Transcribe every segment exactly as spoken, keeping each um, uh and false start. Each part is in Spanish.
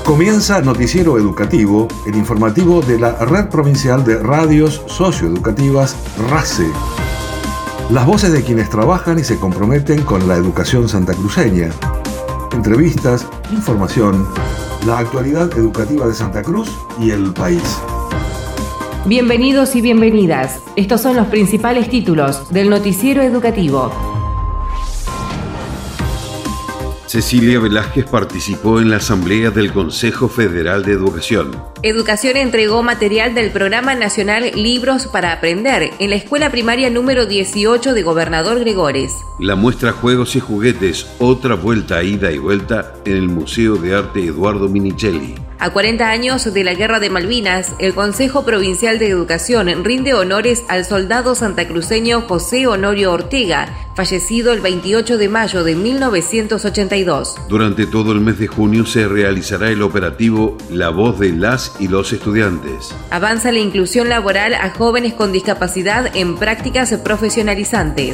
Comienza Noticiero Educativo, el informativo de la Red Provincial de Radios Socioeducativas RACE. Las voces de quienes trabajan y se comprometen con la educación santacruceña. Entrevistas, información, la actualidad educativa de Santa Cruz y el país. Bienvenidos y bienvenidas. Estos son los principales títulos del Noticiero Educativo. Cecilia Velázquez participó en la Asamblea del Consejo Federal de Educación. Educación entregó material del Programa Nacional Libros para Aprender en la Escuela Primaria número dieciocho de Gobernador Gregores. La muestra Juegos y Juguetes, otra vuelta, ida y vuelta en el Museo de Arte Eduardo Minichelli. A cuarenta años de la Guerra de Malvinas, el Consejo Provincial de Educación rinde honores al soldado santacruceño José Honorio Ortega, fallecido el veintiocho de mayo de mil novecientos ochenta y dos. Durante todo el mes de junio se realizará el operativo La Voz de las y los Estudiantes. Avanza la inclusión laboral a jóvenes con discapacidad en prácticas profesionalizantes.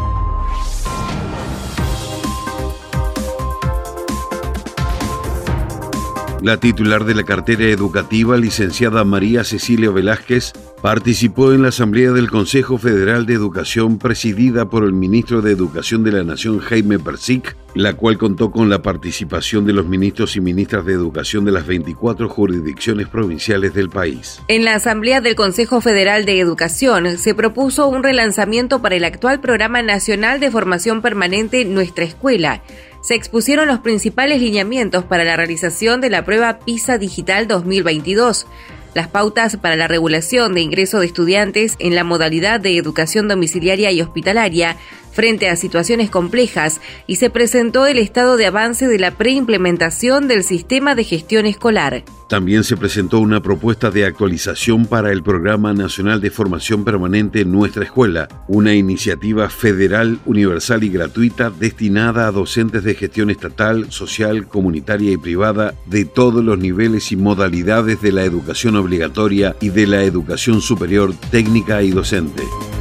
La titular de la cartera educativa, licenciada María Cecilia Velázquez, participó en la Asamblea del Consejo Federal de Educación presidida por el ministro de Educación de la Nación, Jaime Persic, la cual contó con la participación de los ministros y ministras de Educación de las veinticuatro jurisdicciones provinciales del país. En la Asamblea del Consejo Federal de Educación se propuso un relanzamiento para el actual Programa Nacional de Formación Permanente Nuestra Escuela. Se expusieron los principales lineamientos para la realización de la prueba PISA Digital dos mil veintidós, las pautas para la regulación de ingreso de estudiantes en la modalidad de educación domiciliaria y hospitalaria frente a situaciones complejas, y se presentó el estado de avance de la preimplementación del sistema de gestión escolar. También se presentó una propuesta de actualización para el Programa Nacional de Formación Permanente Nuestra Escuela, una iniciativa federal, universal y gratuita destinada a docentes de gestión estatal, social, comunitaria y privada de todos los niveles y modalidades de la educación obligatoria y de la educación superior técnica y docente.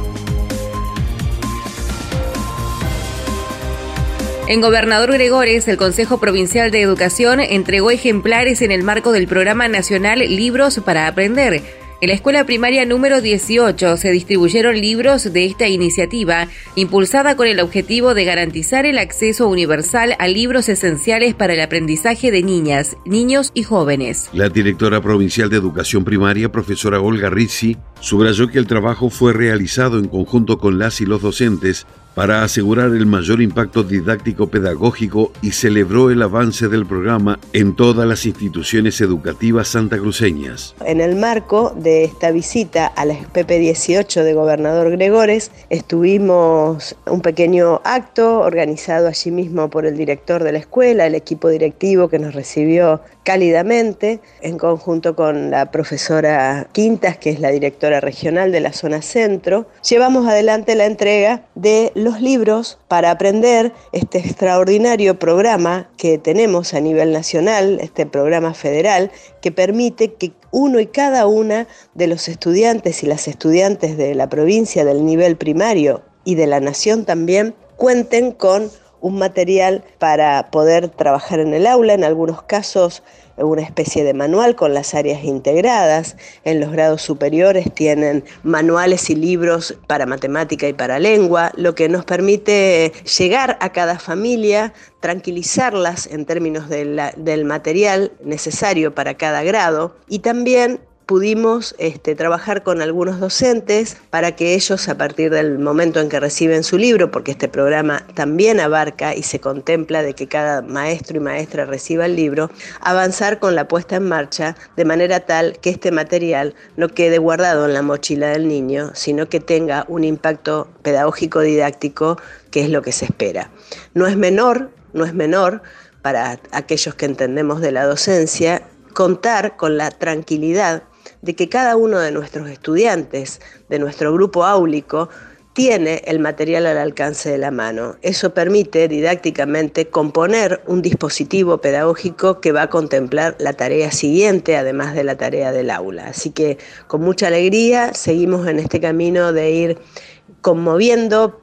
En Gobernador Gregores, el Consejo Provincial de Educación entregó ejemplares en el marco del Programa Nacional Libros para Aprender. En la Escuela Primaria número dieciocho se distribuyeron libros de esta iniciativa, impulsada con el objetivo de garantizar el acceso universal a libros esenciales para el aprendizaje de niñas, niños y jóvenes. La directora provincial de Educación Primaria, profesora Olga Rizzi, subrayó que el trabajo fue realizado en conjunto con las y los docentes para asegurar el mayor impacto didáctico-pedagógico y celebró el avance del programa en todas las instituciones educativas santacruceñas. En el marco de esta visita a la P P dieciocho de Gobernador Gregores, estuvimos un pequeño acto organizado allí mismo por el director de la escuela, el equipo directivo que nos recibió cálidamente, en conjunto con la profesora Quintas, que es la directora regional de la zona centro. Llevamos adelante la entrega de los libros para aprender, este extraordinario programa que tenemos a nivel nacional, este programa federal, que permite que uno y cada una de los estudiantes y las estudiantes de la provincia del nivel primario y de la nación también cuenten con un material para poder trabajar en el aula, en algunos casos una especie de manual con las áreas integradas. En los grados superiores tienen manuales y libros para matemática y para lengua, lo que nos permite llegar a cada familia, tranquilizarlas en términos de la, del material necesario para cada grado, y también pudimos este, trabajar con algunos docentes para que ellos, a partir del momento en que reciben su libro, porque este programa también abarca y se contempla de que cada maestro y maestra reciba el libro, avanzar con la puesta en marcha de manera tal que este material no quede guardado en la mochila del niño, sino que tenga un impacto pedagógico didáctico, que es lo que se espera. No es menor, no es menor para aquellos que entendemos de la docencia, contar con la tranquilidad de que cada uno de nuestros estudiantes, de nuestro grupo áulico, tiene el material al alcance de la mano. Eso permite didácticamente componer un dispositivo pedagógico que va a contemplar la tarea siguiente, además de la tarea del aula. Así que con mucha alegría seguimos en este camino de ir conmoviendo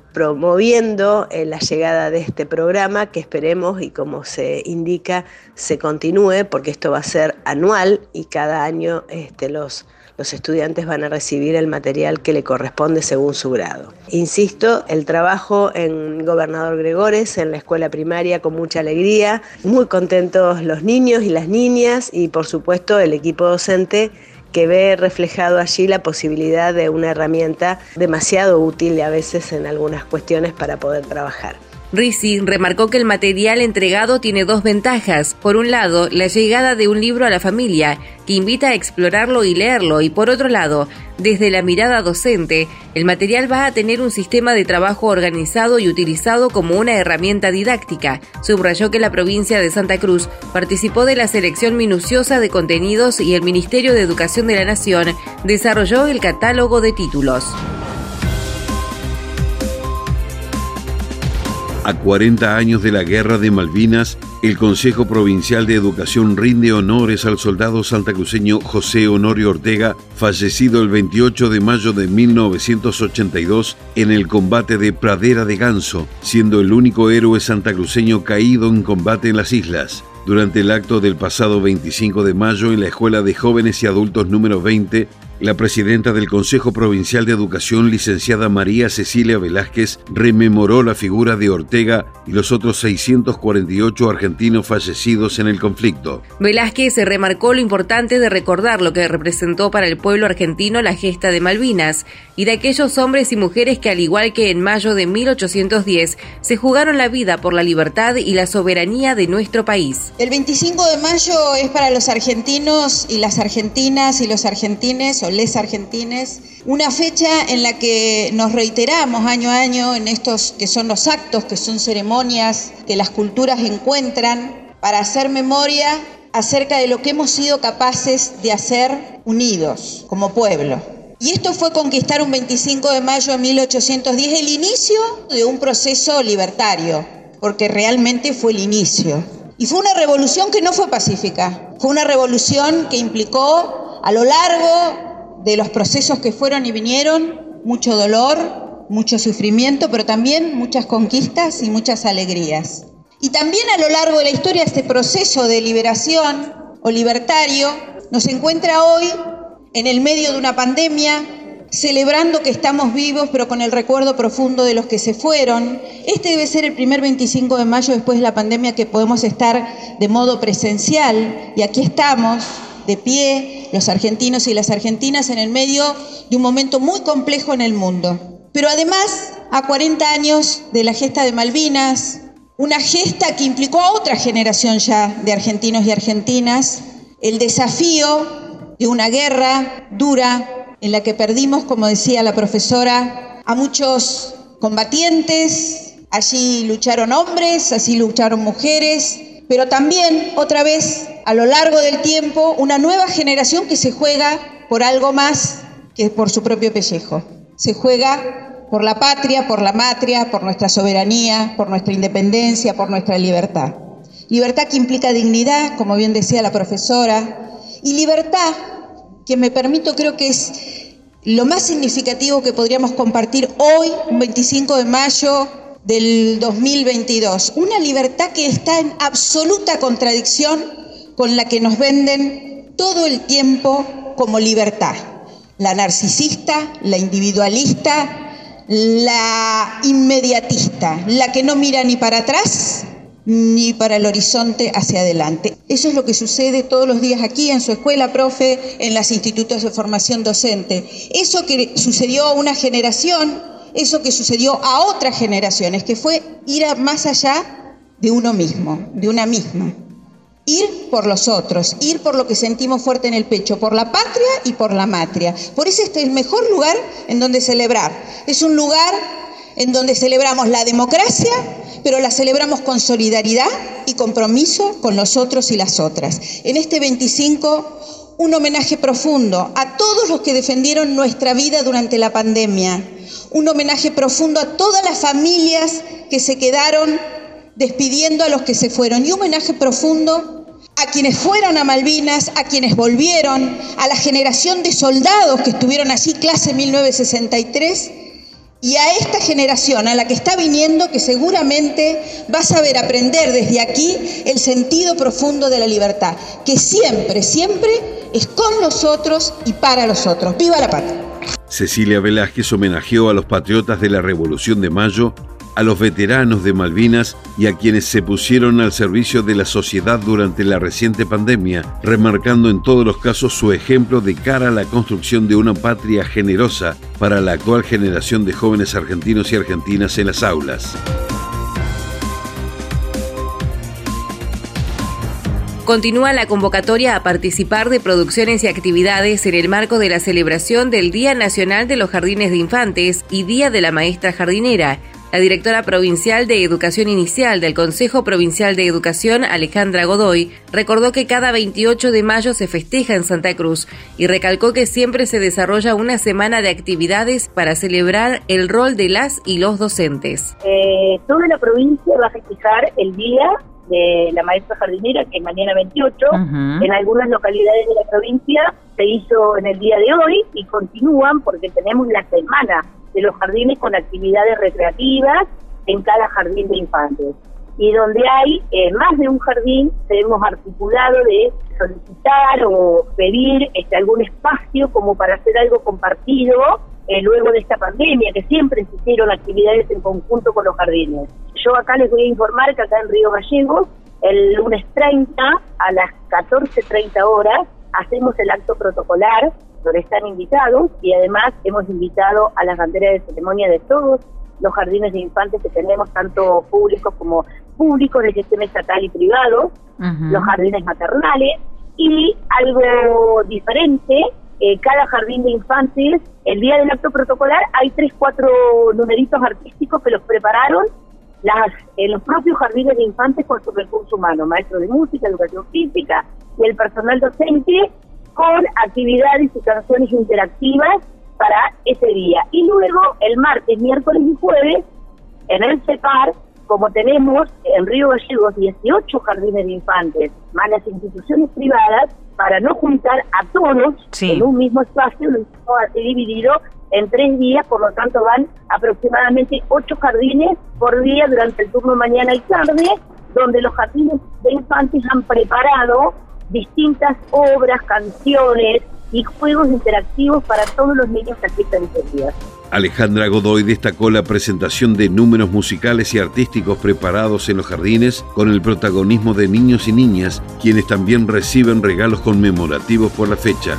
promoviendo eh, la llegada de este programa que esperemos y como se indica se continúe, porque esto va a ser anual y cada año este, los, los estudiantes van a recibir el material que le corresponde según su grado. Insisto, el trabajo en Gobernador Gregores, en la escuela primaria, con mucha alegría, muy contentos los niños y las niñas y por supuesto el equipo docente que ve reflejado allí la posibilidad de una herramienta demasiado útil a veces en algunas cuestiones para poder trabajar. Rizzi remarcó que el material entregado tiene dos ventajas. Por un lado, la llegada de un libro a la familia, que invita a explorarlo y leerlo, y por otro lado, desde la mirada docente, el material va a tener un sistema de trabajo organizado y utilizado como una herramienta didáctica. Subrayó que la provincia de Santa Cruz participó de la selección minuciosa de contenidos y el Ministerio de Educación de la Nación desarrolló el catálogo de títulos. A cuarenta años de la Guerra de Malvinas, el Consejo Provincial de Educación rinde honores al soldado santacruceño José Honorio Ortega, fallecido el veintiocho de mayo de mil novecientos ochenta y dos en el combate de Pradera de Ganso, siendo el único héroe santacruceño caído en combate en las islas. Durante el acto del pasado veinticinco de mayo en la Escuela de Jóvenes y Adultos número veinte, la presidenta del Consejo Provincial de Educación, licenciada María Cecilia Velázquez, rememoró la figura de Ortega y los otros seiscientos cuarenta y ocho argentinos fallecidos en el conflicto. Velázquez remarcó lo importante de recordar lo que representó para el pueblo argentino la gesta de Malvinas y de aquellos hombres y mujeres que, al igual que en mayo de mil ochocientos diez, se jugaron la vida por la libertad y la soberanía de nuestro país. El veinticinco de mayo es para los argentinos y las argentinas y los argentines o les argentines una fecha en la que nos reiteramos año a año en estos que son los actos, que son ceremonias que las culturas encuentran para hacer memoria acerca de lo que hemos sido capaces de hacer unidos como pueblo. Y esto fue conquistar un veinticinco de mayo de mil ochocientos diez el inicio de un proceso libertario, porque realmente fue el inicio. Y fue una revolución que no fue pacífica, fue una revolución que implicó a lo largo de los procesos que fueron y vinieron mucho dolor, mucho sufrimiento, pero también muchas conquistas y muchas alegrías. Y también a lo largo de la historia este proceso de liberación o libertario nos encuentra hoy en el medio de una pandemia, celebrando que estamos vivos, pero con el recuerdo profundo de los que se fueron. Este debe ser el primer veinticinco de mayo después de la pandemia que podemos estar de modo presencial, y aquí estamos, de pie, los argentinos y las argentinas, en el medio de un momento muy complejo en el mundo. Pero además, a cuarenta años de la gesta de Malvinas, una gesta que implicó a otra generación ya de argentinos y argentinas, el desafío de una guerra dura, en la que perdimos, como decía la profesora, a muchos combatientes. Allí lucharon hombres, allí lucharon mujeres, pero también, otra vez, a lo largo del tiempo, una nueva generación que se juega por algo más que por su propio pellejo. Se juega por la patria, por la matria, por nuestra soberanía, por nuestra independencia, por nuestra libertad. Libertad que implica dignidad, como bien decía la profesora, y libertad que me permito, creo que es lo más significativo que podríamos compartir hoy, un veinticinco de mayo del dos mil veintidós. Una libertad que está en absoluta contradicción con la que nos venden todo el tiempo como libertad. La narcisista, la individualista, la inmediatista, la que no mira ni para atrás ni para el horizonte hacia adelante. Eso es lo que sucede todos los días aquí en su escuela, profe, en los institutos de formación docente. Eso que sucedió a una generación, eso que sucedió a otras generaciones, que fue ir a más allá de uno mismo, de una misma. Ir por los otros, ir por lo que sentimos fuerte en el pecho, por la patria y por la matria. Por eso este es el mejor lugar en donde celebrar. Es un lugar en donde celebramos la democracia, pero la celebramos con solidaridad y compromiso con los otros y las otras. En este veinticinco, un homenaje profundo a todos los que defendieron nuestra vida durante la pandemia. Un homenaje profundo a todas las familias que se quedaron despidiendo a los que se fueron. Y un homenaje profundo a quienes fueron a Malvinas, a quienes volvieron, a la generación de soldados que estuvieron allí, clase mil novecientos sesenta y tres, Y a esta generación, a la que está viniendo, que seguramente va a saber aprender desde aquí el sentido profundo de la libertad, que siempre, siempre es con los otros y para los otros. ¡Viva la patria! Cecilia Velázquez homenajeó a los patriotas de la Revolución de Mayo, a los veteranos de Malvinas y a quienes se pusieron al servicio de la sociedad durante la reciente pandemia, remarcando en todos los casos su ejemplo de cara a la construcción de una patria generosa para la actual generación de jóvenes argentinos y argentinas en las aulas. Continúa la convocatoria a participar de producciones y actividades en el marco de la celebración del Día Nacional de los Jardines de Infantes y Día de la Maestra Jardinera. La directora provincial de Educación Inicial del Consejo Provincial de Educación, Alejandra Godoy, recordó que cada veintiocho de mayo se festeja en Santa Cruz y recalcó que siempre se desarrolla una semana de actividades para celebrar el rol de las y los docentes. Eh, toda la provincia va a festejar el Día de la Maestra Jardinera, que es mañana veintiocho. Uh-huh. En algunas localidades de la provincia se hizo en el día de hoy y continúan porque tenemos la semana de los jardines con actividades recreativas en cada jardín de infantes. Y donde hay eh, más de un jardín, hemos articulado de solicitar o pedir este, algún espacio como para hacer algo compartido eh, luego de esta pandemia, que siempre se hicieron actividades en conjunto con los jardines. Yo acá les voy a informar que acá en Río Gallegos, el lunes treinta a las catorce treinta horas, hacemos el acto protocolar, donde están invitados, y además hemos invitado a las banderas de ceremonia de todos los jardines de infantes que tenemos, tanto públicos como públicos del sistema estatal y privado, uh-huh. los jardines maternales, y algo diferente, eh, cada jardín de infantes, el día del acto protocolar, hay tres, cuatro numeritos artísticos que los prepararon las, eh, los propios jardines de infantes con su recurso humano, maestros de música, educación física y el personal docente, con actividades y canciones interactivas para ese día. Y luego, el martes, miércoles y jueves, en el CEPAR, como tenemos en Río Gallegos dieciocho jardines de infantes, más las instituciones privadas, para no juntar a todos sí. en un mismo espacio, lo hicimos así dividido en tres días, por lo tanto van aproximadamente ocho jardines por día durante el turno mañana y tarde, donde los jardines de infantes han preparado distintas obras, canciones y juegos interactivos para todos los niños que asistan estos días. Alejandra Godoy destacó la presentación de números musicales y artísticos preparados en los jardines con el protagonismo de niños y niñas, quienes también reciben regalos conmemorativos por la fecha.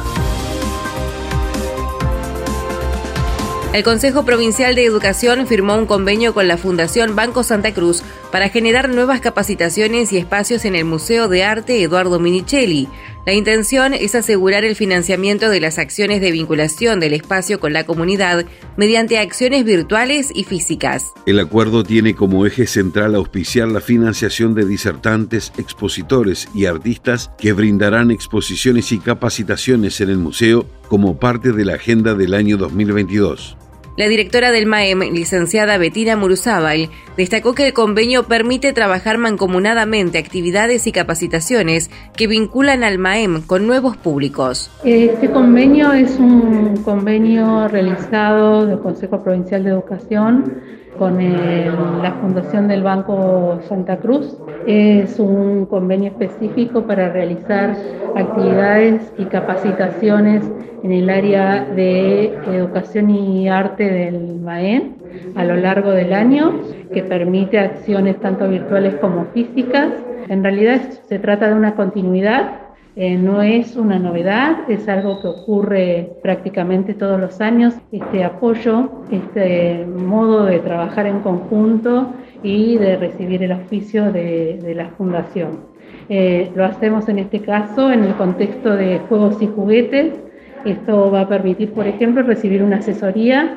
El Consejo Provincial de Educación firmó un convenio con la Fundación Banco Santa Cruz para generar nuevas capacitaciones y espacios en el Museo de Arte Eduardo Minichelli. La intención es asegurar el financiamiento de las acciones de vinculación del espacio con la comunidad mediante acciones virtuales y físicas. El acuerdo tiene como eje central auspiciar la financiación de disertantes, expositores y artistas que brindarán exposiciones y capacitaciones en el museo como parte de la agenda del año dos mil veintidós. La directora del M A E M, licenciada Bettina Muruzábal, destacó que el convenio permite trabajar mancomunadamente actividades y capacitaciones que vinculan al M A E M con nuevos públicos. Este convenio es un convenio realizado del Consejo Provincial de Educación con el, la Fundación del Banco Santa Cruz. Es un convenio específico para realizar actividades y capacitaciones en el área de educación y arte del M A E M a lo largo del año, que permite acciones tanto virtuales como físicas. En realidad se trata de una continuidad. Eh, no es una novedad, es algo que ocurre prácticamente todos los años, este apoyo, este modo de trabajar en conjunto y de recibir el auspicio de, de la Fundación. Eh, lo hacemos en este caso en el contexto de juegos y juguetes. Esto va a permitir, por ejemplo, recibir una asesoría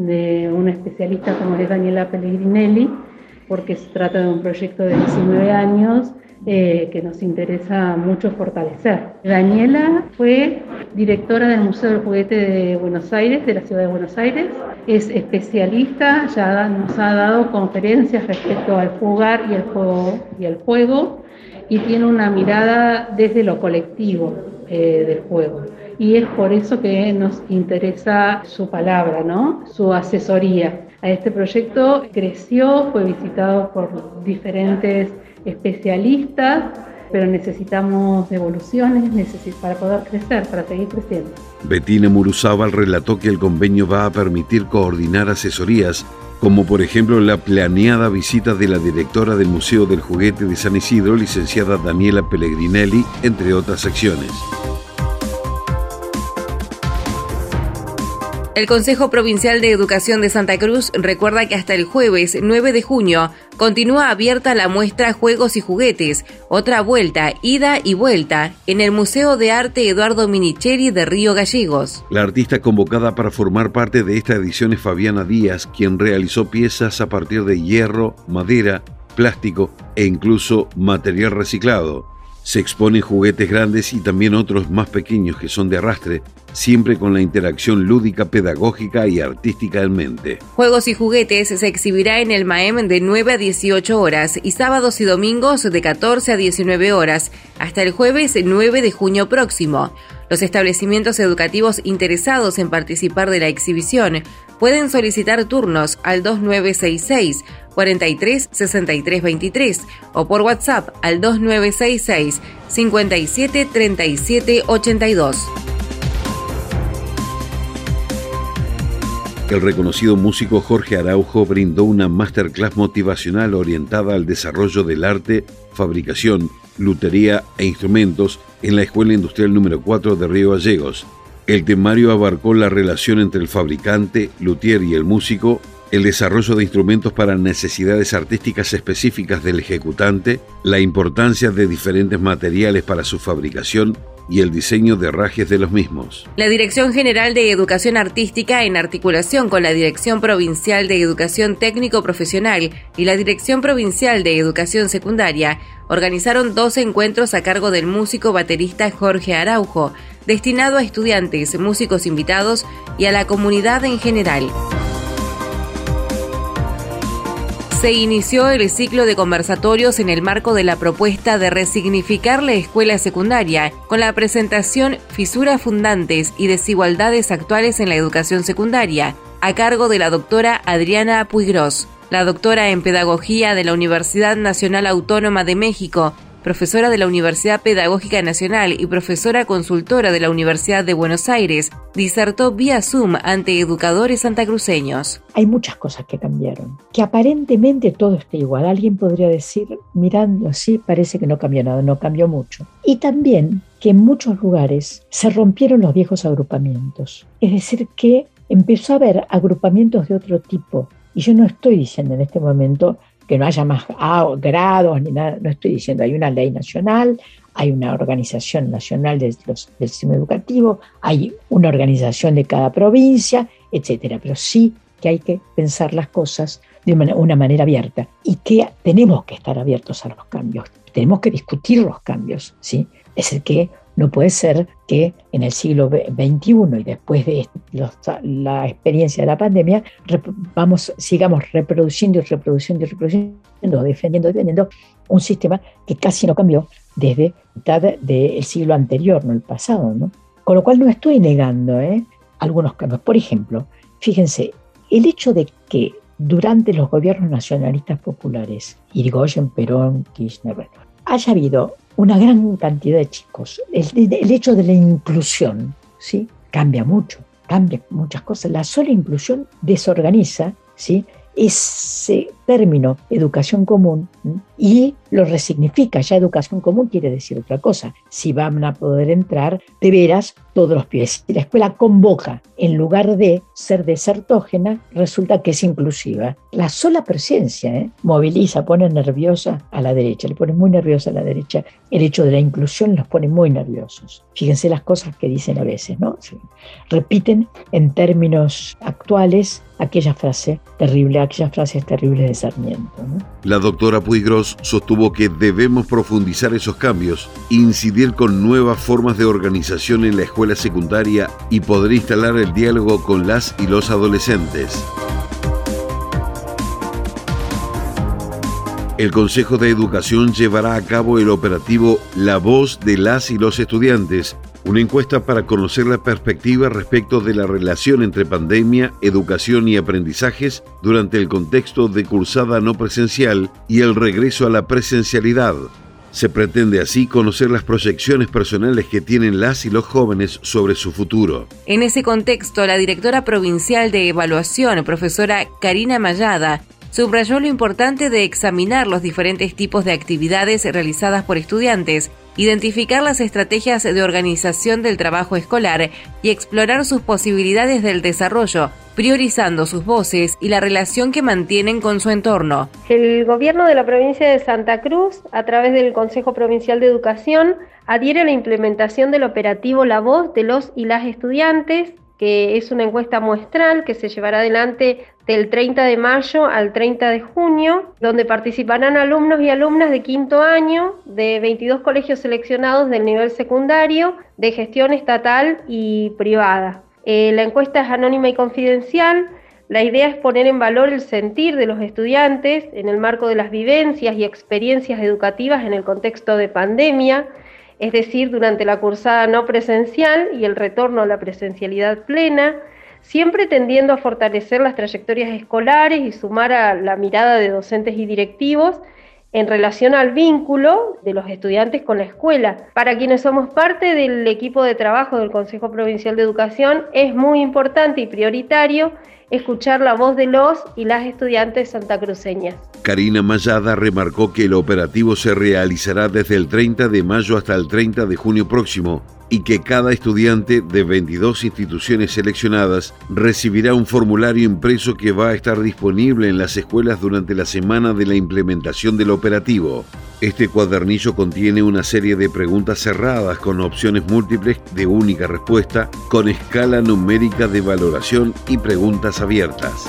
de una especialista como es Daniela Pellegrinelli, porque se trata de un proyecto de diecinueve años Eh, que nos interesa mucho fortalecer. Daniela fue directora del Museo del Juguete de Buenos Aires, de la ciudad de Buenos Aires, es especialista, ya nos ha dado conferencias respecto al jugar y el juego, y el juego y tiene una mirada desde lo colectivo eh, del juego. y es por eso que nos interesa su palabra, ¿no? Su asesoría. A este proyecto creció, fue visitado por diferentes especialistas, pero necesitamos devoluciones necesit- para poder crecer, para seguir creciendo. Bettina Muruzábal relató que el convenio va a permitir coordinar asesorías, como por ejemplo la planeada visita de la directora del Museo del Juguete de San Isidro, licenciada Daniela Pellegrinelli, entre otras acciones. El Consejo Provincial de Educación de Santa Cruz recuerda que hasta el jueves nueve de junio continúa abierta la muestra Juegos y Juguetes, otra vuelta, ida y vuelta, en el Museo de Arte Eduardo Minicheri de Río Gallegos. La artista convocada para formar parte de esta edición es Fabiana Díaz, quien realizó piezas a partir de hierro, madera, plástico e incluso material reciclado. Se exponen juguetes grandes y también otros más pequeños que son de arrastre, siempre con la interacción lúdica, pedagógica y artística en mente. Juegos y Juguetes se exhibirá en el MAEM de nueve a dieciocho horas y sábados y domingos de catorce a diecinueve horas, hasta el jueves nueve de junio próximo. Los establecimientos educativos interesados en participar de la exhibición pueden solicitar turnos al dos nueve seis seis, cuatro tres, seis tres dos tres o por WhatsApp al dos nueve seis seis, cinco siete tres siete ocho dos. El reconocido músico Jorge Araujo brindó una masterclass motivacional orientada al desarrollo del arte, fabricación, lutería e instrumentos en la Escuela Industrial número cuatro de Río Gallegos. El temario abarcó la relación entre el fabricante, luthier y el músico, el desarrollo de instrumentos para necesidades artísticas específicas del ejecutante, la importancia de diferentes materiales para su fabricación y el diseño de herrajes de los mismos. La Dirección General de Educación Artística, en articulación con la Dirección Provincial de Educación Técnico Profesional y la Dirección Provincial de Educación Secundaria, organizaron dos encuentros a cargo del músico baterista Jorge Araujo, destinado a estudiantes, músicos invitados y a la comunidad en general. Se inició el ciclo de conversatorios en el marco de la propuesta de resignificar la escuela secundaria, con la presentación Fisuras fundantes y desigualdades actuales en la educación secundaria, a cargo de la doctora Adriana Puigros. La doctora en Pedagogía de la Universidad Nacional Autónoma de México, profesora de la Universidad Pedagógica Nacional y profesora consultora de la Universidad de Buenos Aires, disertó vía Zoom ante educadores santacruceños. Hay muchas cosas que cambiaron, que aparentemente todo está igual. Alguien podría decir, mirando así, parece que no cambió nada, no cambió mucho. Y también que en muchos lugares se rompieron los viejos agrupamientos. Es decir, que empezó a haber agrupamientos de otro tipo. Y yo no estoy diciendo en este momento que no haya más grados ni nada, no estoy diciendo, hay una ley nacional, hay una organización nacional de los, del sistema educativo, hay una organización de cada provincia, etcétera, pero sí que hay que pensar las cosas de una, una manera abierta y que tenemos que estar abiertos a los cambios, tenemos que discutir los cambios, ¿sí? Es decir, que no puede ser que en el siglo veintiuno y después de los, la experiencia de la pandemia rep, vamos, sigamos reproduciendo y reproduciendo y reproduciendo, defendiendo y defendiendo un sistema que casi no cambió desde mitad del siglo anterior, no el pasado, ¿no? Con lo cual no estoy negando ¿eh? algunos cambios. Por ejemplo, fíjense, el hecho de que durante los gobiernos nacionalistas populares, Irigoyen, Perón, Kirchner, bueno, haya habido una gran cantidad de chicos. El, el hecho de la inclusión, ¿sí? Cambia mucho, cambia muchas cosas. La sola inclusión desorganiza, ¿sí? ese término educación común ¿sí? y lo resignifica. Ya educación común quiere decir otra cosa. Si van a poder entrar de veras todos los pibes. Si la escuela convoca, en lugar de ser desertógena, resulta que es inclusiva. La sola presencia ¿eh? moviliza, pone nerviosa a la derecha, le pone muy nerviosa a la derecha. El hecho de la inclusión los pone muy nerviosos. Fíjense las cosas que dicen a veces, ¿no? Sí. Repiten en términos actuales aquella frase terrible, aquellas frases terribles de Sarmiento, ¿no? La doctora Puigros sostuvo que debemos profundizar esos cambios, incidir con nuevas formas de organización en la escuela secundaria y poder instalar el diálogo con las y los adolescentes. El Consejo de Educación llevará a cabo el operativo La Voz de las y los Estudiantes, Una encuesta para conocer la perspectiva respecto de la relación entre pandemia, educación y aprendizajes durante el contexto de cursada no presencial y el regreso a la presencialidad. Se pretende así conocer las proyecciones personales que tienen las y los jóvenes sobre su futuro. En ese contexto, la directora provincial de evaluación, profesora Karina Mayada, subrayó lo importante de examinar los diferentes tipos de actividades realizadas por estudiantes, identificar las estrategias de organización del trabajo escolar y explorar sus posibilidades del desarrollo, priorizando sus voces y la relación que mantienen con su entorno. El gobierno de la provincia de Santa Cruz, a través del Consejo Provincial de Educación, adhiere a la implementación del operativo La Voz de los y las estudiantes, que es una encuesta muestral que se llevará adelante del treinta de mayo al treinta de junio, donde participarán alumnos y alumnas de quinto año de veintidós colegios seleccionados del nivel secundario, de gestión estatal y privada. Eh, la encuesta es anónima y confidencial. La idea es poner en valor el sentir de los estudiantes en el marco de las vivencias y experiencias educativas en el contexto de pandemia, es decir, durante la cursada no presencial y el retorno a la presencialidad plena, siempre tendiendo a fortalecer las trayectorias escolares y sumar a la mirada de docentes y directivos en relación al vínculo de los estudiantes con la escuela. Para quienes somos parte del equipo de trabajo del Consejo Provincial de Educación, es muy importante y prioritario escuchar la voz de los y las estudiantes santacruceñas. Karina Mayada remarcó que el operativo se realizará desde el treinta de mayo hasta el treinta de junio próximo y que cada estudiante de veintidós instituciones seleccionadas recibirá un formulario impreso que va a estar disponible en las escuelas durante la semana de la implementación del operativo. Este cuadernillo contiene una serie de preguntas cerradas con opciones múltiples de única respuesta, con escala numérica de valoración y preguntas abiertas.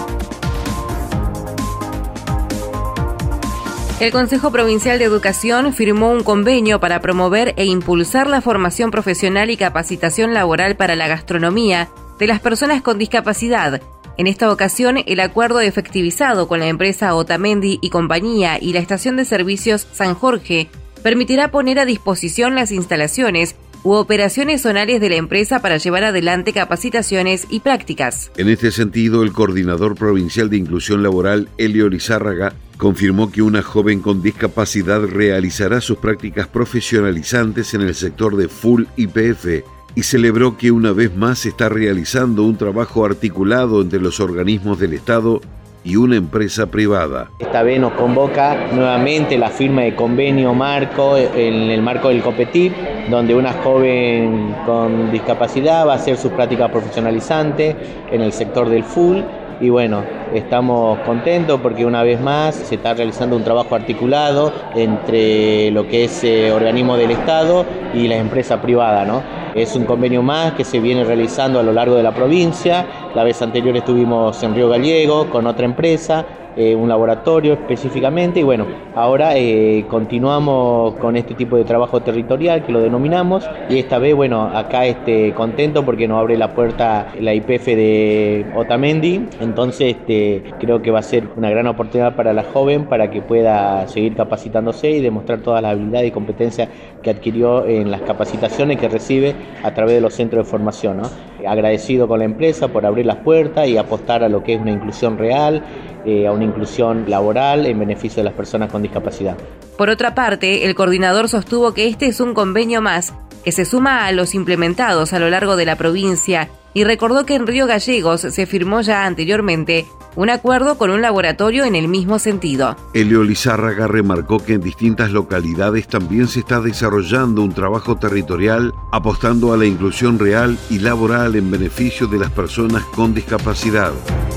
El Consejo Provincial de Educación firmó un convenio para promover e impulsar la formación profesional y capacitación laboral para la gastronomía de las personas con discapacidad. En esta ocasión, el acuerdo efectivizado con la empresa Otamendi y compañía y la estación de servicios San Jorge permitirá poner a disposición las instalaciones u operaciones zonales de la empresa para llevar adelante capacitaciones y prácticas. En este sentido, el coordinador provincial de inclusión laboral, Elio Lizárraga, confirmó que una joven con discapacidad realizará sus prácticas profesionalizantes en el sector de Full I P F y celebró que una vez más se está realizando un trabajo articulado entre los organismos del Estado y una empresa privada. Esta vez nos convoca nuevamente la firma de convenio marco en el marco del COPETIP, donde una joven con discapacidad va a hacer sus prácticas profesionalizantes en el sector del full. Y bueno, estamos contentos porque una vez más se está realizando un trabajo articulado entre lo que es eh, organismo del Estado y la empresa privada, ¿no? Es un convenio más que se viene realizando a lo largo de la provincia. La vez anterior estuvimos en Río Gallego con otra empresa, eh, un laboratorio específicamente, y bueno, ahora eh, continuamos con este tipo de trabajo territorial que lo denominamos, y esta vez, bueno, acá este, contento porque nos abre la puerta la I P F de Otamendi, entonces este, creo que va a ser una gran oportunidad para la joven para que pueda seguir capacitándose y demostrar todas las habilidades y competencias que adquirió en las capacitaciones que recibe a través de los centros de formación, ¿no? Agradecido con la empresa por abrir las puertas y apostar a lo que es una inclusión real, eh, a una inclusión laboral en beneficio de las personas con discapacidad. Por otra parte, el coordinador sostuvo que este es un convenio más que se suma a los implementados a lo largo de la provincia y recordó que en Río Gallegos se firmó ya anteriormente un acuerdo con un laboratorio en el mismo sentido. Elio Lizárraga remarcó que en distintas localidades también se está desarrollando un trabajo territorial apostando a la inclusión real y laboral en beneficio de las personas con discapacidad.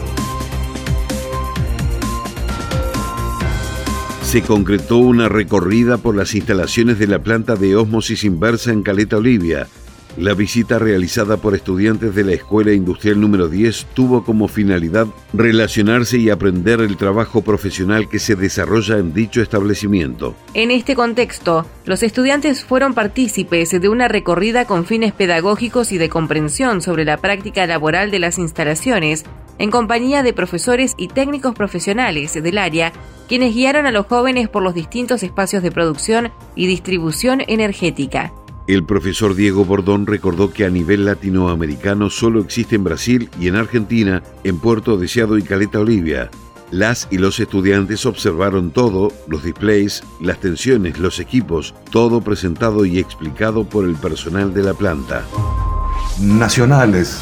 Se concretó una recorrida por las instalaciones de la planta de ósmosis inversa en Caleta Olivia. La visita realizada por estudiantes de la Escuela Industrial número diez tuvo como finalidad relacionarse y aprender el trabajo profesional que se desarrolla en dicho establecimiento. En este contexto, los estudiantes fueron partícipes de una recorrida con fines pedagógicos y de comprensión sobre la práctica laboral de las instalaciones, en compañía de profesores y técnicos profesionales del área, quienes guiaron a los jóvenes por los distintos espacios de producción y distribución energética. El profesor Diego Bordón recordó que a nivel latinoamericano solo existe en Brasil y en Argentina, en Puerto Deseado y Caleta Olivia. Las y los estudiantes observaron todo, los displays, las tensiones, los equipos, todo presentado y explicado por el personal de la planta. Nacionales.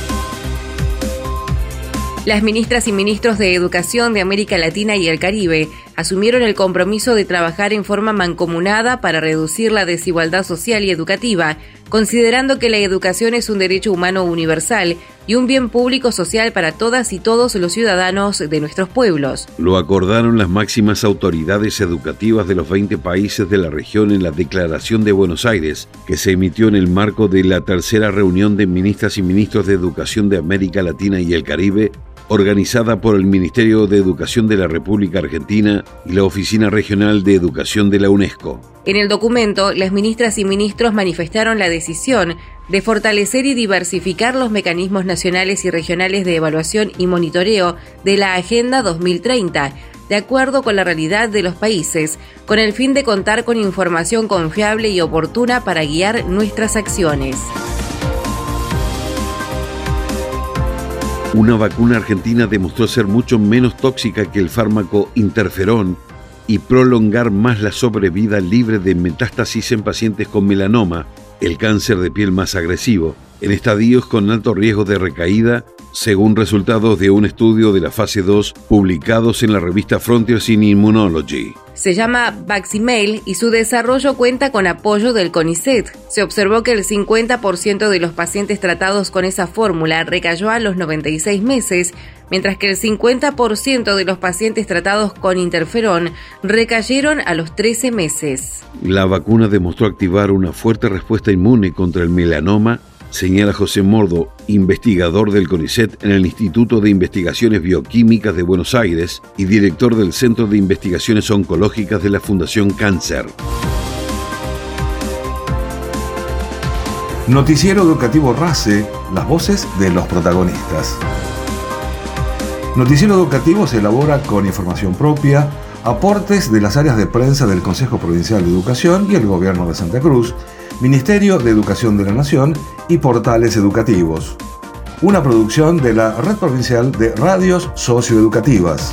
Las ministras y ministros de Educación de América Latina y el Caribe asumieron el compromiso de trabajar en forma mancomunada para reducir la desigualdad social y educativa, considerando que la educación es un derecho humano universal y un bien público social para todas y todos los ciudadanos de nuestros pueblos. Lo acordaron las máximas autoridades educativas de los veinte países de la región en la Declaración de Buenos Aires, que se emitió en el marco de la tercera reunión de ministras y ministros de Educación de América Latina y el Caribe, organizada por el Ministerio de Educación de la República Argentina y la Oficina Regional de Educación de la UNESCO. En el documento, las ministras y ministros manifestaron la decisión de fortalecer y diversificar los mecanismos nacionales y regionales de evaluación y monitoreo de la Agenda dos mil treinta, de acuerdo con la realidad de los países, con el fin de contar con información confiable y oportuna para guiar nuestras acciones. Una vacuna argentina demostró ser mucho menos tóxica que el fármaco interferón y prolongar más la sobrevida libre de metástasis en pacientes con melanoma, el cáncer de piel más agresivo, en estadios con alto riesgo de recaída, según resultados de un estudio de la fase dos publicados en la revista Frontiers in Immunology. Se llama Vaccimail y su desarrollo cuenta con apoyo del CONICET. Se observó que el cincuenta por ciento de los pacientes tratados con esa fórmula recayó a los noventa y seis meses, mientras que el cincuenta por ciento de los pacientes tratados con interferón recayeron a los trece meses. La vacuna demostró activar una fuerte respuesta inmune contra el melanoma, señala José Mordo, investigador del CONICET en el Instituto de Investigaciones Bioquímicas de Buenos Aires y director del Centro de Investigaciones Oncológicas de la Fundación Cáncer. Noticiero Educativo RACE, las voces de los protagonistas. Noticiero Educativo se elabora con información propia, aportes de las áreas de prensa del Consejo Provincial de Educación y el Gobierno de Santa Cruz, Ministerio de Educación de la Nación y portales educativos. Una producción de la Red Provincial de Radios Socioeducativas.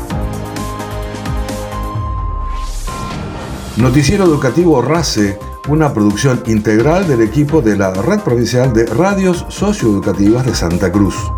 Noticiero Educativo RACE, una producción integral del equipo de la Red Provincial de Radios Socioeducativas de Santa Cruz.